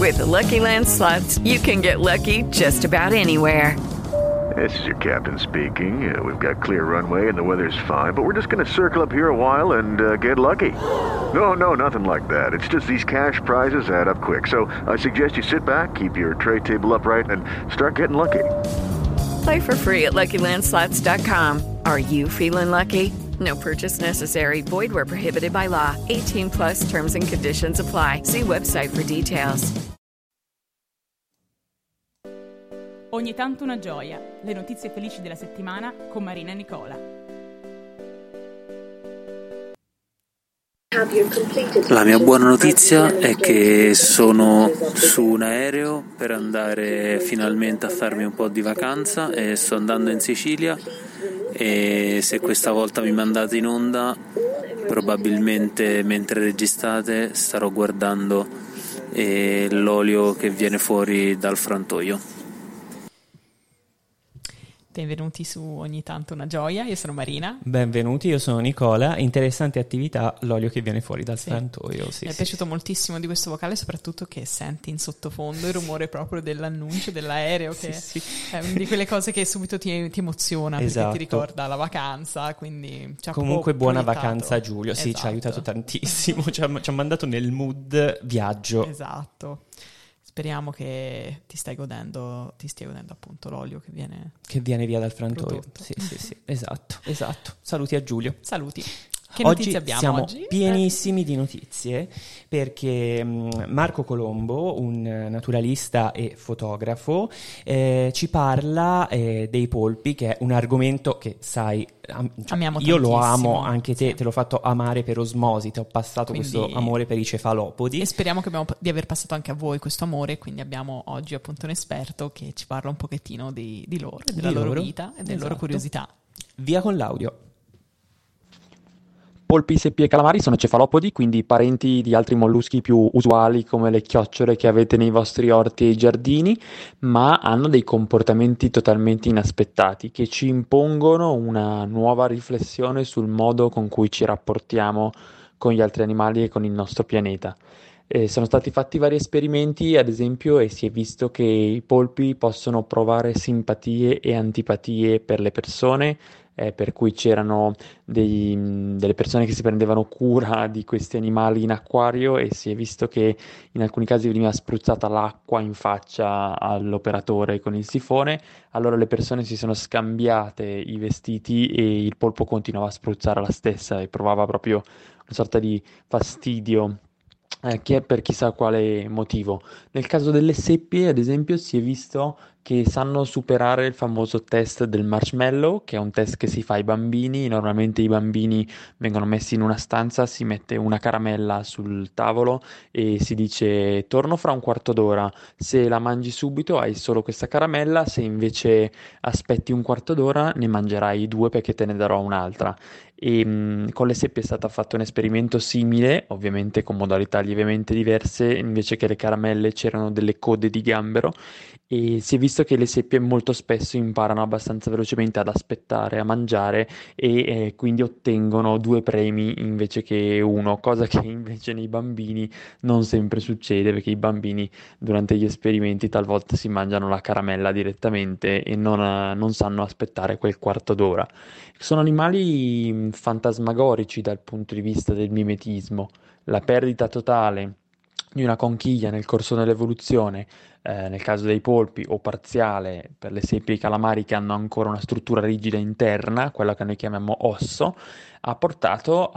With the Lucky Land Slots, you can get lucky just about anywhere. This is your captain speaking. We've got clear runway and the weather's fine, but we're just going to circle up here a while and get lucky. No, nothing like that. It's just these cash prizes add up quick. So I suggest you sit back, keep your tray table upright, and start getting lucky. Play for free at LuckyLandSlots.com. Are you feeling lucky? No purchase necessary. Void where prohibited by law. 18 plus terms and conditions apply. See website for details. Ogni tanto una gioia. Le notizie felici della settimana con Marina e Nicola. La mia buona notizia è che sono su un aereo per andare finalmente a farmi un po' di vacanza e sto andando in Sicilia, e se questa volta mi mandate in onda, probabilmente mentre registrate starò guardando l'olio che viene fuori dal frantoio. Benvenuti su Ogni tanto una gioia, io sono Marina. Benvenuti, io sono Nicola. Interessante attività, l'olio che viene fuori dal frantoio. Mi è piaciuto moltissimo di questo vocale, soprattutto che senti in sottofondo il rumore proprio dell'annuncio dell'aereo, che è una di quelle cose che subito ti emoziona, esatto, perché ti ricorda la vacanza, quindi comunque buona vacanza Giulio, sì, ci ha aiutato tantissimo, ci ha mandato nel mood viaggio. Esatto. Speriamo che ti stia godendo appunto l'olio che viene via dal frantoio. Sì, esatto. Saluti a Giulio. Saluti. Che notizie abbiamo siamo oggi? pienissimi di notizie, perché Marco Colombo, un naturalista e fotografo, ci parla dei polpi, che è un argomento che sai, amiamo io lo tantissimo. amo, anche te, te l'ho fatto amare per osmosi, ti ho passato questo amore per i cefalopodi. E speriamo di aver passato anche a voi questo amore, quindi abbiamo oggi appunto un esperto che ci parla un pochettino di loro, della loro vita e delle loro curiosità. Via con l'audio. Polpi, seppie e calamari sono cefalopodi, quindi parenti di altri molluschi più usuali come le chiocciole che avete nei vostri orti e giardini, ma hanno dei comportamenti totalmente inaspettati che ci impongono una nuova riflessione sul modo con cui ci rapportiamo con gli altri animali e con il nostro pianeta. Sono stati fatti vari esperimenti, ad esempio, e si è visto che i polpi possono provare simpatie e antipatie per le persone, per cui c'erano delle persone che si prendevano cura di questi animali in acquario, e si è visto che in alcuni casi veniva spruzzata l'acqua in faccia all'operatore con il sifone. Allora le persone si sono scambiate i vestiti e il polpo continuava a spruzzare la stessa e provava proprio una sorta di fastidio per chissà quale motivo. Nel caso delle seppie, ad esempio, si è visto che sanno superare il famoso test del marshmallow, che è un test che si fa ai bambini. Normalmente i bambini vengono messi in una stanza, si mette una caramella sul tavolo e si dice: torno fra un quarto d'ora, se la mangi subito hai solo questa caramella, se invece aspetti un quarto d'ora ne mangerai due perché te ne darò un'altra. E con le seppie è stato fatto un esperimento simile, ovviamente con modalità lievemente diverse. Invece che le caramelle c'erano delle code di gambero, e si è visto che le seppie molto spesso imparano abbastanza velocemente ad aspettare, a mangiare, e quindi ottengono due premi invece che uno, cosa che invece nei bambini non sempre succede, perché i bambini durante gli esperimenti talvolta si mangiano la caramella direttamente e non sanno aspettare quel quarto d'ora. Sono animali fantasmagorici dal punto di vista del mimetismo. La perdita totale di una conchiglia nel corso dell'evoluzione, nel caso dei polpi, o parziale per le seppie e i calamari che hanno ancora una struttura rigida interna, quella che noi chiamiamo osso, ha portato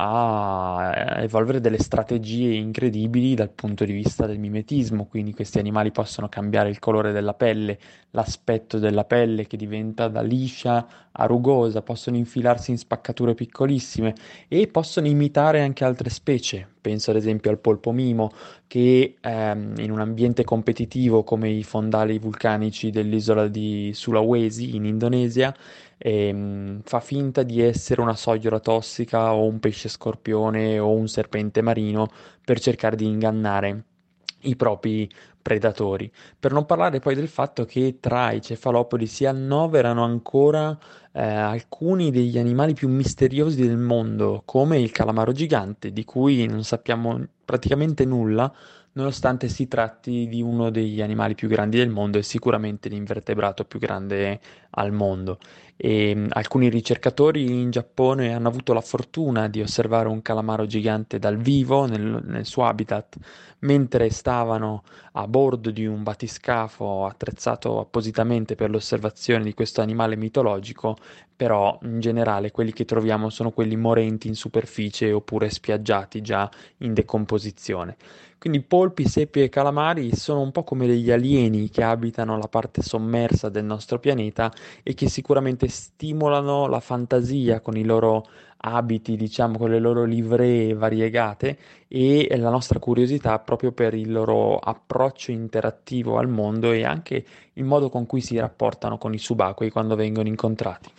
a evolvere delle strategie incredibili dal punto di vista del mimetismo. Quindi questi animali possono cambiare il colore della pelle, l'aspetto della pelle, che diventa da liscia a rugosa, possono infilarsi in spaccature piccolissime e possono imitare anche altre specie. Penso ad esempio al polpo mimo, che in un ambiente competitivo come i fondali vulcanici dell'isola di Sulawesi in Indonesia fa finta di essere una sogliola tossica o un pesce scorpione o un serpente marino per cercare di ingannare i propri predatori. Per non parlare poi del fatto che tra i cefalopodi si annoverano ancora alcuni degli animali più misteriosi del mondo, come il calamaro gigante, di cui non sappiamo praticamente nulla, nonostante si tratti di uno degli animali più grandi del mondo e sicuramente l'invertebrato più grande al mondo. E alcuni ricercatori in Giappone hanno avuto la fortuna di osservare un calamaro gigante dal vivo nel suo habitat mentre stavano a bordo di un battiscafo attrezzato appositamente per l'osservazione di questo animale mitologico, però in generale quelli che troviamo sono quelli morenti in superficie oppure spiaggiati già in decomposizione. Quindi polpi, seppie e calamari sono un po' come degli alieni che abitano la parte sommersa del nostro pianeta e che sicuramente stimolano la fantasia con i loro abiti, diciamo, con le loro livree variegate e la nostra curiosità proprio per il loro approccio interattivo al mondo e anche il modo con cui si rapportano con i subacquei quando vengono incontrati.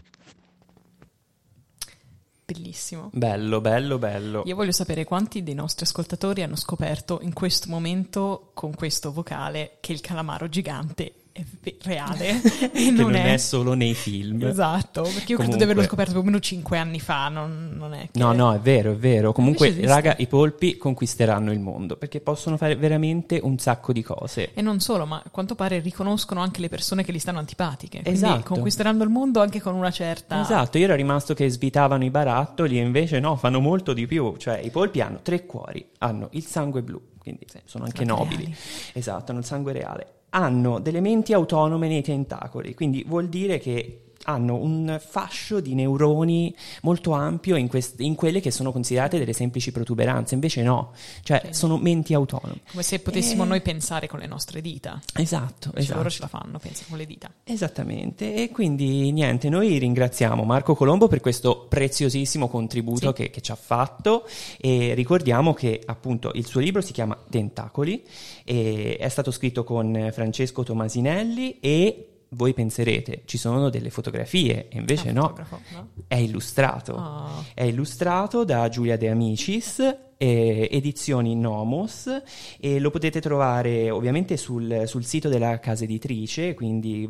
Bellissimo. Bello, bello, bello. Io voglio sapere quanti dei nostri ascoltatori hanno scoperto in questo momento, con questo vocale, che il calamaro gigante è reale e che non è solo nei film. Esatto, perché io credo di averlo scoperto più o meno 5 anni fa, non è che... No, è vero, è vero. Comunque, raga, i polpi conquisteranno il mondo, perché possono fare veramente un sacco di cose. E non solo, ma a quanto pare riconoscono anche le persone che gli stanno antipatiche. Quindi Esatto. conquisteranno il mondo anche con una certa... Esatto, io ero rimasto che svitavano i barattoli e invece no, fanno molto di più. Cioè, i polpi hanno 3 cuori, hanno il sangue blu, quindi sono anche nobili. Reali. Esatto, hanno il sangue reale. Hanno delle menti autonome nei tentacoli, quindi vuol dire che hanno un fascio di neuroni molto ampio in quelle che sono considerate delle semplici protuberanze, invece no, cioè sono menti autonome. Come se potessimo noi pensare con le nostre dita. Esatto, Invece loro ce la fanno, pensano con le dita. Esattamente, e quindi niente, noi ringraziamo Marco Colombo per questo preziosissimo contributo che ci ha fatto e ricordiamo che appunto il suo libro si chiama Tentacoli e è stato scritto con Francesco Tomasinelli e voi penserete ci sono delle fotografie e invece no, è illustrato. È illustrato da Giulia De Amicis, edizioni Nomos, e lo potete trovare ovviamente sul sito della casa editrice, quindi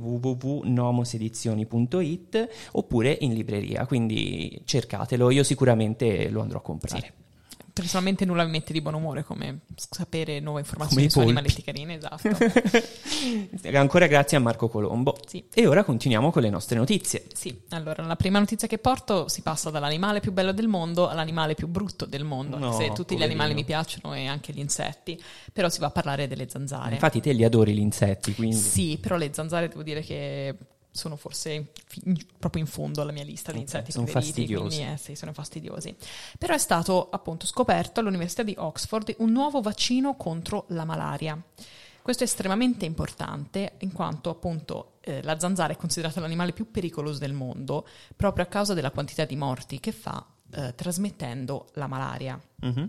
www.nomosedizioni.it, oppure in libreria, quindi cercatelo, io sicuramente lo andrò a comprare. Sì. Personalmente nulla mi mette di buon umore come sapere nuove informazioni su animaletti carini, esatto. Ancora grazie a Marco Colombo. Sì. E ora continuiamo con le nostre notizie. Sì, allora la prima notizia che porto si passa dall'animale più bello del mondo all'animale più brutto del mondo, No, se tutti poverino. gli animali mi piacciono e anche gli insetti, però si va a parlare delle zanzare. Infatti te li adori gli insetti, quindi... Sì, però le zanzare devo dire che sono forse proprio in fondo alla mia lista di insetti sono preferiti, fastidiosi. quindi sì, sono fastidiosi. Però è stato appunto scoperto all'Università di Oxford un nuovo vaccino contro la malaria. Questo è estremamente importante in quanto appunto la zanzara è considerata l'animale più pericoloso del mondo proprio a causa della quantità di morti che fa trasmettendo la malaria. Mm-hmm.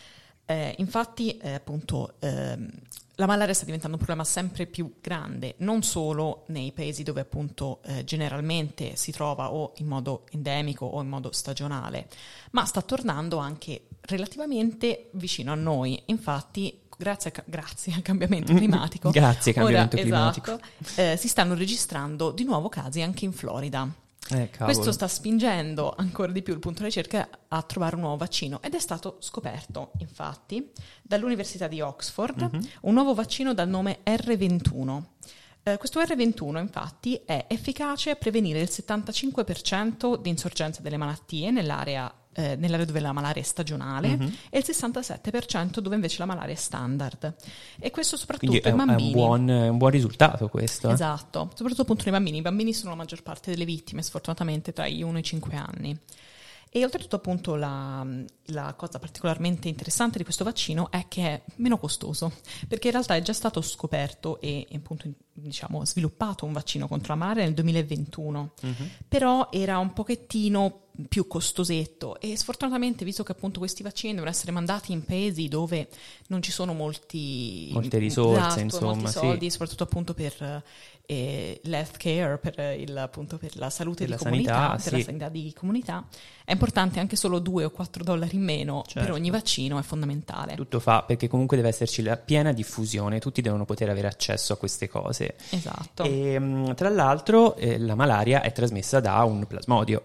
Infatti appunto la malaria sta diventando un problema sempre più grande, non solo nei paesi dove appunto generalmente si trova o in modo endemico o in modo stagionale, ma sta tornando anche relativamente vicino a noi. Infatti grazie al cambiamento climatico, Grazie cambiamento climatico. Esatto, si stanno registrando di nuovo casi anche in Florida. Questo sta spingendo ancora di più il punto di ricerca a trovare un nuovo vaccino ed è stato scoperto infatti dall'Università di Oxford un nuovo vaccino dal nome R21. Questo R21 infatti è efficace a prevenire il 75% di insorgenza delle malattie nell'area dove la malaria è stagionale e il 67% dove invece la malaria è standard. E questo soprattutto Quindi ai bambini. È un buon risultato questo. Esatto, soprattutto appunto nei bambini. I bambini sono la maggior parte delle vittime, sfortunatamente, tra gli 1 e i 5 anni. E oltretutto appunto la cosa particolarmente interessante di questo vaccino è che è meno costoso, perché in realtà è già stato scoperto e appunto diciamo sviluppato un vaccino contro la malaria nel 2021, però era un pochettino più costosetto e sfortunatamente, visto che appunto questi vaccini devono essere mandati in paesi dove non ci sono molte risorse, esatto, insomma, molti soldi, sì. soprattutto appunto per l'health care, appunto per la salute per di la comunità, sanità, per sì. la sanità di comunità, è importante anche solo $2 o $4 in meno per Certo. ogni vaccino, è fondamentale. Tutto fa, perché comunque deve esserci la piena diffusione, tutti devono poter avere accesso a queste cose. Esatto. E tra l'altro la malaria è trasmessa da un plasmodio,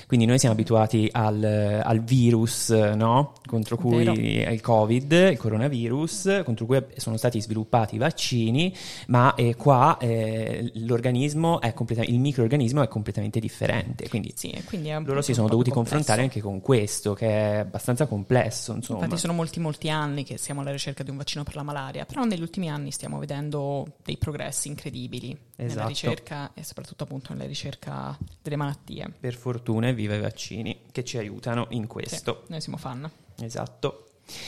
Quindi noi siamo abituati al virus, no? Contro cui il Covid, il coronavirus, contro cui sono stati sviluppati i vaccini, ma qua l'organismo è il microorganismo è completamente differente. Quindi, loro si sono dovuti confrontare anche con questo, che è abbastanza complesso, insomma. Infatti sono molti anni che siamo alla ricerca di un vaccino per la malaria, però negli ultimi anni stiamo vedendo dei progressi incredibili nella ricerca e soprattutto appunto nella ricerca delle malattie. Per fortuna e viva i vaccini che ci aiutano in questo. Sì, noi siamo fan. Esatto.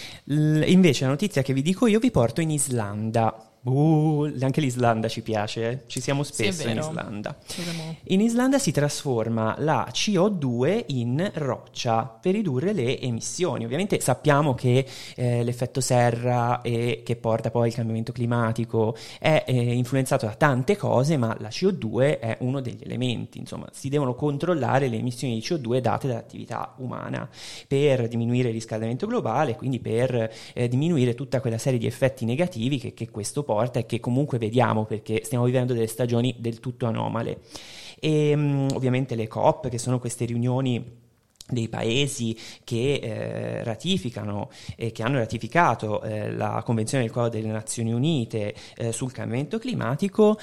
Invece la notizia che vi dico io vi porto in Islanda. Anche l'Islanda ci piace, ci siamo spesso in Islanda. In Islanda si trasforma la CO2 in roccia per ridurre le emissioni. Ovviamente sappiamo che l'effetto serra che porta poi al cambiamento climatico è influenzato da tante cose, ma la CO2 è uno degli elementi. Insomma, si devono controllare le emissioni di CO2 date dall'attività umana per diminuire il riscaldamento globale, quindi per diminuire tutta quella serie di effetti negativi che questo porta e che comunque vediamo, perché stiamo vivendo delle stagioni del tutto anomale. E ovviamente le COP, che sono queste riunioni dei paesi che ratificano e che hanno ratificato la Convenzione del Quadro delle Nazioni Unite sul cambiamento climatico,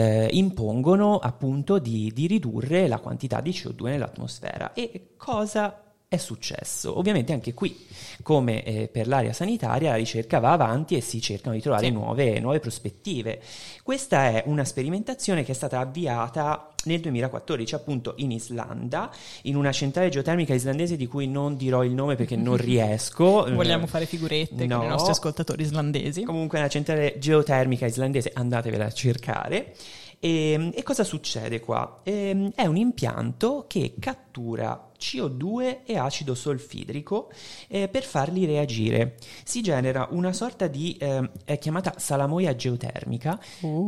impongono appunto di ridurre la quantità di CO2 nell'atmosfera. E cosa è successo? Ovviamente anche qui, come per l'area sanitaria, la ricerca va avanti e si cercano di trovare nuove prospettive. Questa è una sperimentazione che è stata avviata nel 2014 appunto in Islanda, in una centrale geotermica islandese di cui non dirò il nome perché non riesco. Vogliamo fare figurette con i nostri ascoltatori islandesi. Comunque è una centrale geotermica islandese, andatevela a cercare. E cosa succede qua? È un impianto che cattura CO2 e acido solfidrico per farli reagire. Si genera una sorta di è chiamata salamoia geotermica.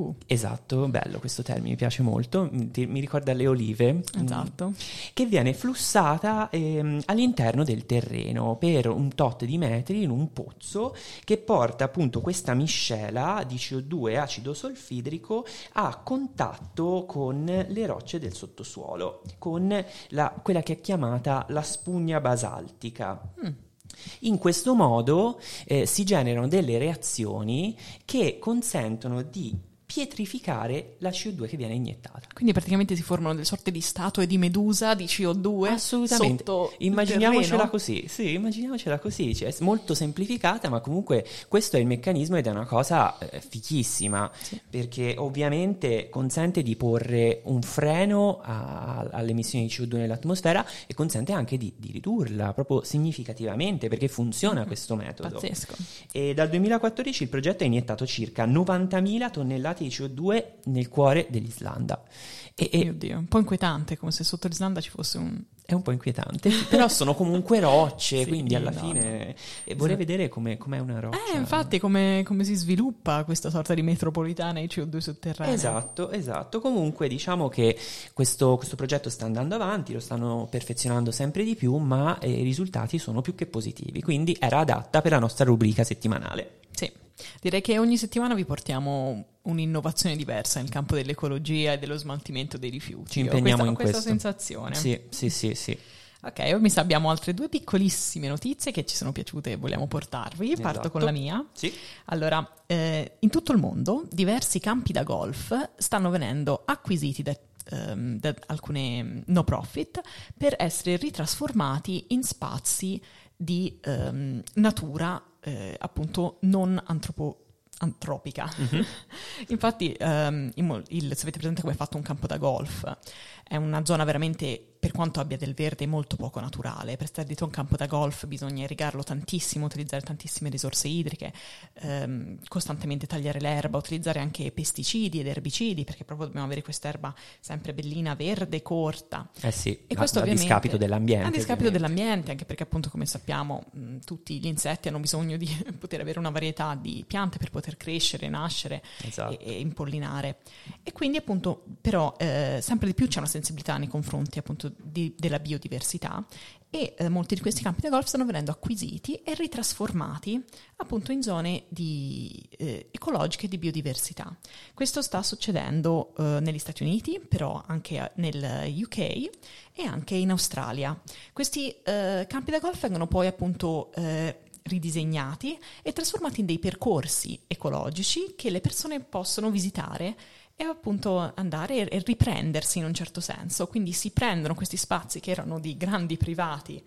Esatto, bello questo termine, mi piace molto, mi ricorda le olive. Esatto. Che viene flussata all'interno del terreno per un tot di metri in un pozzo, che porta appunto questa miscela di CO2 e acido solfidrico a contatto con le rocce del sottosuolo, con quella che è chiamata la spugna basaltica. In questo modo si generano delle reazioni che consentono di pietrificare la CO2 che viene iniettata. Quindi praticamente si formano delle sorte di statue di medusa di CO2 assolutamente sotto immaginiamocela così. Sì, immaginiamocela così, cioè, è molto semplificata, ma comunque questo è il meccanismo ed è una cosa fichissima, perché ovviamente consente di porre un freno alle emissioni di CO2 nell'atmosfera e consente anche di ridurla proprio significativamente, perché funziona questo metodo. Pazzesco. E dal 2014 il progetto ha iniettato circa 90.000 tonnellate di CO2 nel cuore dell'Islanda. Oddio, un po' inquietante, come se sotto l'Islanda ci fosse un... È un po' inquietante, però sono comunque rocce, quindi alla fine vorrei vedere com'è una roccia. Infatti come si sviluppa questa sorta di metropolitana di CO2 sotterranea. Esatto. Comunque diciamo che questo progetto sta andando avanti, lo stanno perfezionando sempre di più, ma i risultati sono più che positivi, quindi era adatta per la nostra rubrica settimanale. Sì, direi che ogni settimana vi portiamo un'innovazione diversa nel campo dell'ecologia e dello smaltimento dei rifiuti. Ci impegniamo in questo. Questa sensazione. Sì. Ok, mi sa abbiamo altre due piccolissime notizie che ci sono piaciute e vogliamo portarvi. Esatto. Parto con la mia. Sì. Allora, in tutto il mondo diversi campi da golf stanno venendo acquisiti da alcune no profit per essere ritrasformati in spazi di natura appunto non antropica. Mm-hmm. Infatti se avete presente come è fatto un campo da golf, è una zona veramente, per quanto abbia del verde, molto poco naturale. Per stare dietro a un campo da golf bisogna irrigarlo tantissimo, utilizzare tantissime risorse idriche, costantemente tagliare l'erba, utilizzare anche pesticidi ed erbicidi, perché proprio dobbiamo avere quest'erba sempre bellina, verde, corta. Sì, e questo a discapito dell'ambiente. A discapito dell'ambiente, anche perché appunto, come sappiamo, tutti gli insetti hanno bisogno di poter avere una varietà di piante per poter crescere, nascere e impollinare. E quindi appunto, però, sempre di più c'è una sensibilità nei confronti appunto della biodiversità, e molti di questi campi da golf stanno venendo acquisiti e ritrasformati appunto in zone ecologiche di biodiversità. Questo sta succedendo negli Stati Uniti, però anche nel UK e anche in Australia. Questi campi da golf vengono poi appunto ridisegnati e trasformati in dei percorsi ecologici che le persone possono visitare e appunto andare e riprendersi in un certo senso. Quindi si prendono questi spazi che erano di grandi privati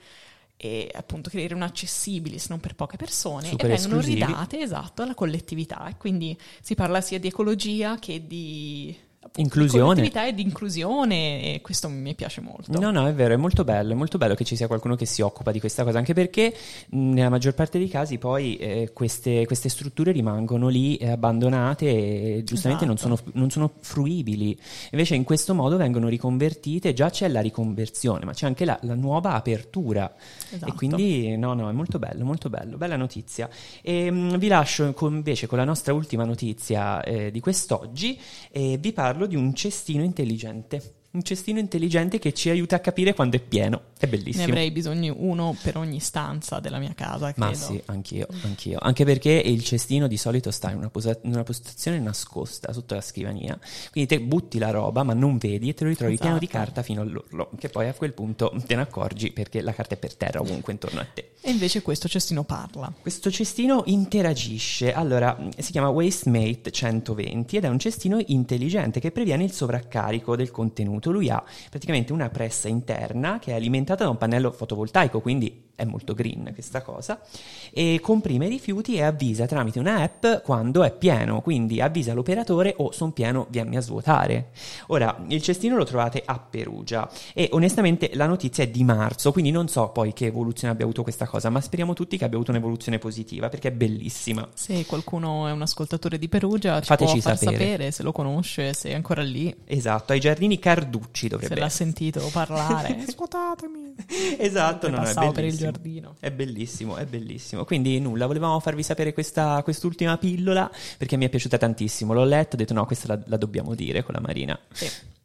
e appunto che erano accessibili se non per poche persone super e vengono esclusivi. ridate, esatto, alla collettività. E quindi si parla sia di ecologia che di inclusione. Di collettività e di inclusione, e questo mi piace molto. No, è vero, è molto bello che ci sia qualcuno che si occupa di questa cosa, anche perché nella maggior parte dei casi poi queste strutture rimangono lì abbandonate e giustamente Esatto. non sono fruibili. Invece in questo modo vengono riconvertite, già c'è la riconversione, ma c'è anche la nuova apertura. Esatto. E quindi no, è molto bello, bella notizia. E vi lascio invece con la nostra ultima notizia di quest'oggi, e vi parlo di un cestino intelligente. Un cestino intelligente che ci aiuta a capire quando è pieno. È bellissimo. Ne avrei bisogno uno per ogni stanza della mia casa, credo. Ma sì, anch'io. Anche perché il cestino di solito sta in una postazione nascosta sotto la scrivania. Quindi te butti la roba, ma non vedi, e te lo ritrovi pieno di Esatto. carta fino all'orlo. Che poi a quel punto te ne accorgi perché la carta è per terra ovunque intorno a te. E invece questo cestino parla. Questo cestino interagisce. Allora, si chiama WasteMate 120 ed è un cestino intelligente che previene il sovraccarico del contenuto. Lui ha praticamente una pressa interna che è alimentata da un pannello fotovoltaico, quindi è molto green questa cosa, e comprime i rifiuti e avvisa tramite una app quando è pieno, quindi avvisa l'operatore: oh, son pieno, vieni a svuotare. Ora, il cestino lo trovate a Perugia e onestamente la notizia è di marzo, quindi non so poi che evoluzione abbia avuto questa cosa, ma speriamo tutti che abbia avuto un'evoluzione positiva, perché è bellissima. Se qualcuno è un ascoltatore di Perugia, ci Fateci può far sapere. sapere se lo conosce, se è ancora lì, Esatto, ai giardini Carducci dovrebbe se l'ha essere. sentito parlare. Svuotatemi! Esatto, È no, è passato per il bellissimo. giardino. È bellissimo. Quindi nulla, volevamo farvi sapere quest'ultima pillola perché mi è piaciuta tantissimo. L'ho letta, ho detto no, questa la dobbiamo dire con la Marina. Sì.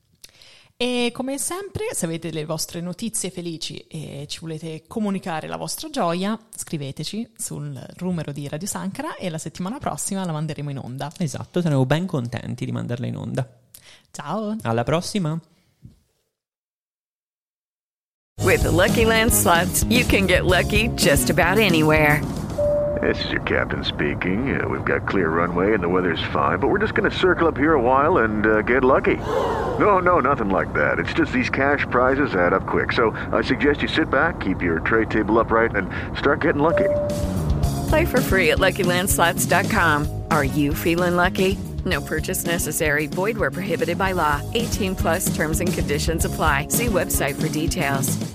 E come sempre, se avete le vostre notizie felici e ci volete comunicare la vostra gioia, scriveteci sul numero di Radio Sankara e la settimana prossima la manderemo in onda. Esatto, saremo ben contenti di mandarla in onda. Ciao! Alla prossima! With the Lucky Land Slots, you can get lucky just about anywhere. This is your captain speaking. We've got clear runway and the weather's fine, but we're just going to circle up here a while and get lucky. No, nothing like that. It's just these cash prizes add up quick. So I suggest you sit back, keep your tray table upright, and start getting lucky. Play for free at LuckyLandSlots.com. Are you feeling lucky? No purchase necessary. Void where prohibited by law. 18+ terms and conditions apply. See website for details.